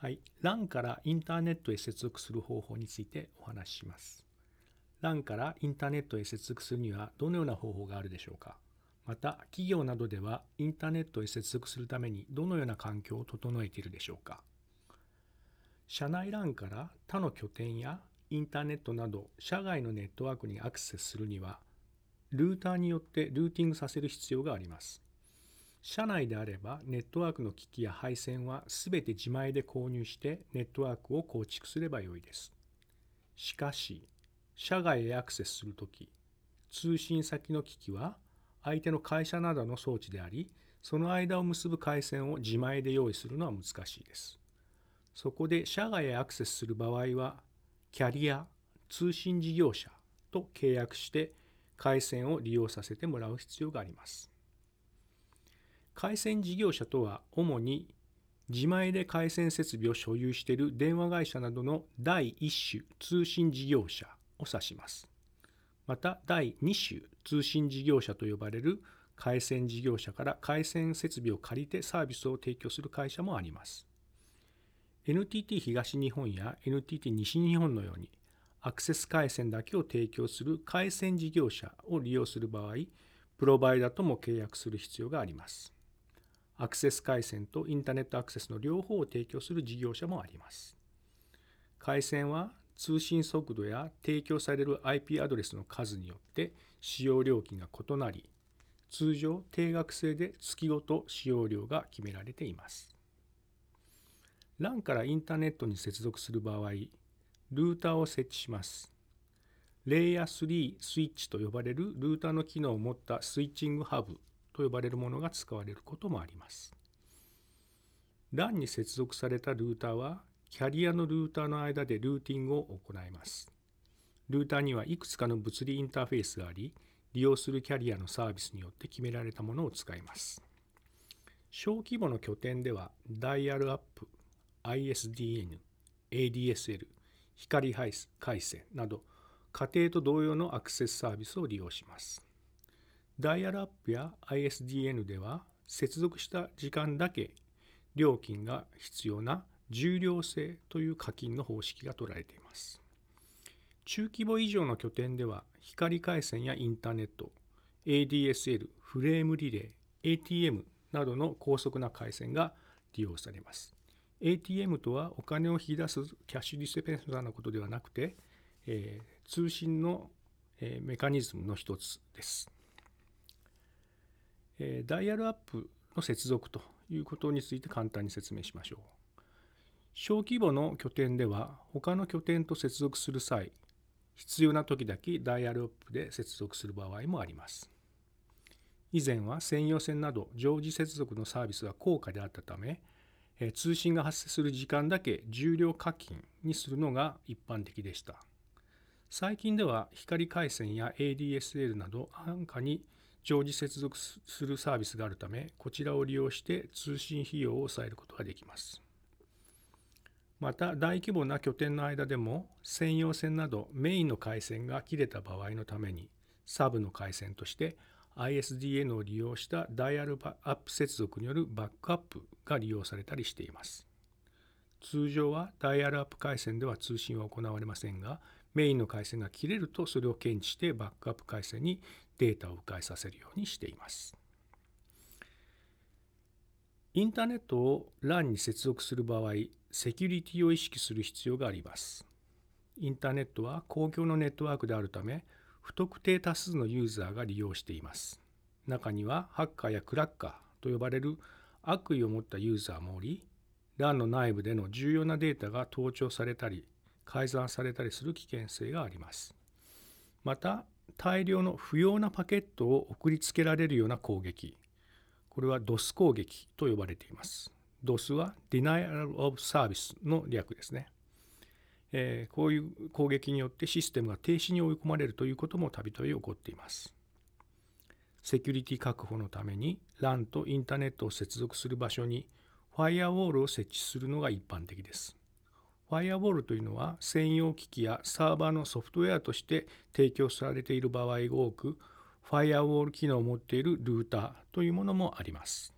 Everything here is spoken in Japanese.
はい、LAN からインターネットへ接続する方法についてお話しします。LAN からインターネットへ接続するにはどのような方法があるでしょうか。また、企業などではインターネットへ接続するためにどのような環境を整えているでしょうか。社内 LAN から他の拠点やインターネットなど社外のネットワークにアクセスするには、ルーターによってルーティングさせる必要があります。社内であればネットワークの機器や配線はすべて自前で購入してネットワークを構築すればよいです。しかし、社外へアクセスするとき、通信先の機器は相手の会社などの装置であり、その間を結ぶ回線を自前で用意するのは難しいです。そこで社外へアクセスする場合は、キャリア、通信事業者と契約して回線を利用させてもらう必要があります。回線事業者とは主に自前で回線設備を所有している電話会社などの第一種通信事業者を指します。また第二種通信事業者と呼ばれる回線事業者から回線設備を借りてサービスを提供する会社もあります。NTT 東日本や NTT 西日本のようにアクセス回線だけを提供する回線事業者を利用する場合、プロバイダとも契約する必要があります。アクセス回線とインターネットアクセスの両方を提供する事業者もあります。回線は通信速度や提供される IP アドレスの数によって使用料金が異なり、通常定額制で月ごと使用料が決められています。LAN からインターネットに接続する場合、ルーターを設置します。レイヤー3スイッチと呼ばれるルーターの機能を持ったスイッチングハブと呼ばれるものが使われることもあります。LAN に接続されたルーターは、キャリアのルーターの間でルーティングを行います。ルーターにはいくつかの物理インターフェースがあり、利用するキャリアのサービスによって決められたものを使います。小規模の拠点では、ダイヤルアップ、ISDN、ADSL、光回線など、家庭と同様のアクセスサービスを利用します。ダイヤルアップや ISDN では、接続した時間だけ料金が必要な重量制という課金の方式が取られています。中規模以上の拠点では、光回線やインターネット、ADSL、フレームリレー、ATM などの高速な回線が利用されます。ATM とはお金を引き出すキャッシュディスペンサーのことではなくて、通信のメカニズムの一つです。ダイヤルアップの接続ということについて簡単に説明しましょう。小規模の拠点では他の拠点と接続する際、必要な時だけダイヤルアップで接続する場合もあります。以前は専用線など常時接続のサービスが高価であったため、通信が発生する時間だけ重量課金にするのが一般的でした。最近では光回線や ADSL など安価に常時接続するサービスがあるため、こちらを利用して通信費用を抑えることができます。また、大規模な拠点の間でも専用線などメインの回線が切れた場合のために、サブの回線として ISDN を利用したダイヤルアップ接続によるバックアップが利用されたりしています。通常はダイヤルアップ回線では通信は行われませんが、メインの回線が切れるとそれを検知してバックアップ回線にデータを迂回させるようにしています。インターネットを LAN に接続する場合、セキュリティを意識する必要があります。インターネットは公共のネットワークであるため、不特定多数のユーザーが利用しています。中にはハッカーやクラッカーと呼ばれる悪意を持ったユーザーもおり、LAN の内部での重要なデータが盗聴されたり、改ざんされたりする危険性があります。また、大量の不要なパケットを送りつけられるような攻撃、これは DOS 攻撃と呼ばれています。DOS は Denial of Service の略ですね。こういう攻撃によってシステムが停止に追い込まれるということもたびたび起こっています。セキュリティ確保のために LAN とインターネットを接続する場所にファイアウォールを設置するのが一般的です。ファイアウォールというのは専用機器やサーバーのソフトウェアとして提供されている場合が多く、ファイアウォール機能を持っているルーターというものもあります。